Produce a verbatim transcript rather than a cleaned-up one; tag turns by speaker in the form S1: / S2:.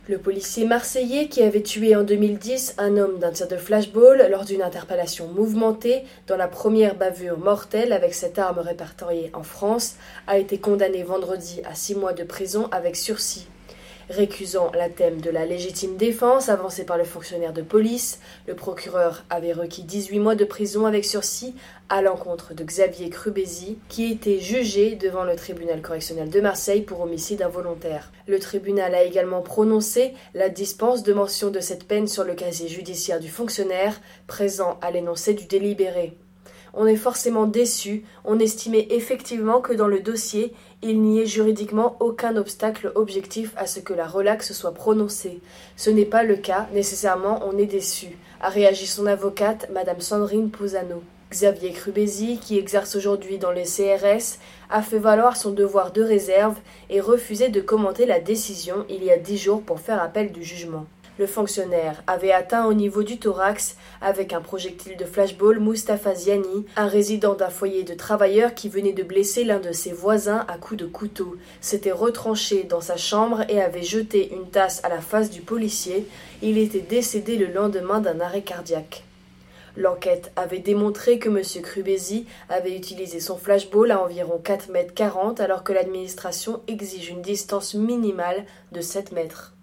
S1: Le policier marseillais qui avait tué en deux mille dix un homme d'un tir de flashball lors d'une interpellation mouvementée dans la première bavure mortelle avec cette arme répertoriée en France a été condamné vendredi à six mois de prison avec sursis. Récusant la thème de la légitime défense avancée par le fonctionnaire de police, le procureur avait requis dix-huit mois de prison avec sursis à l'encontre de Xavier Crubesi, qui était jugé devant le tribunal correctionnel de Marseille pour homicide involontaire. Le tribunal a également prononcé la dispense de mention de cette peine sur le casier judiciaire du fonctionnaire, présent à l'énoncé du délibéré. On est forcément déçu, on estimait effectivement que dans le dossier, il n'y ait juridiquement aucun obstacle objectif à ce que la relaxe soit prononcée. Ce n'est pas le cas, nécessairement on est déçu, a réagi son avocate, Madame Sandrine Pousano. Xavier Crubesi, qui exerce aujourd'hui dans les C R S, a fait valoir son devoir de réserve et refusé de commenter la décision il y a dix jours pour faire appel du jugement. Le fonctionnaire avait atteint au niveau du thorax, avec un projectile de flashball, Moustapha Ziani, un résident d'un foyer de travailleurs qui venait de blesser l'un de ses voisins à coups de couteau, s'était retranché dans sa chambre et avait jeté une tasse à la face du policier. Il était décédé le lendemain d'un arrêt cardiaque. L'enquête avait démontré que M. Crubesi avait utilisé son flashball à environ quatre mètres quarante alors que l'administration exige une distance minimale de sept mètres.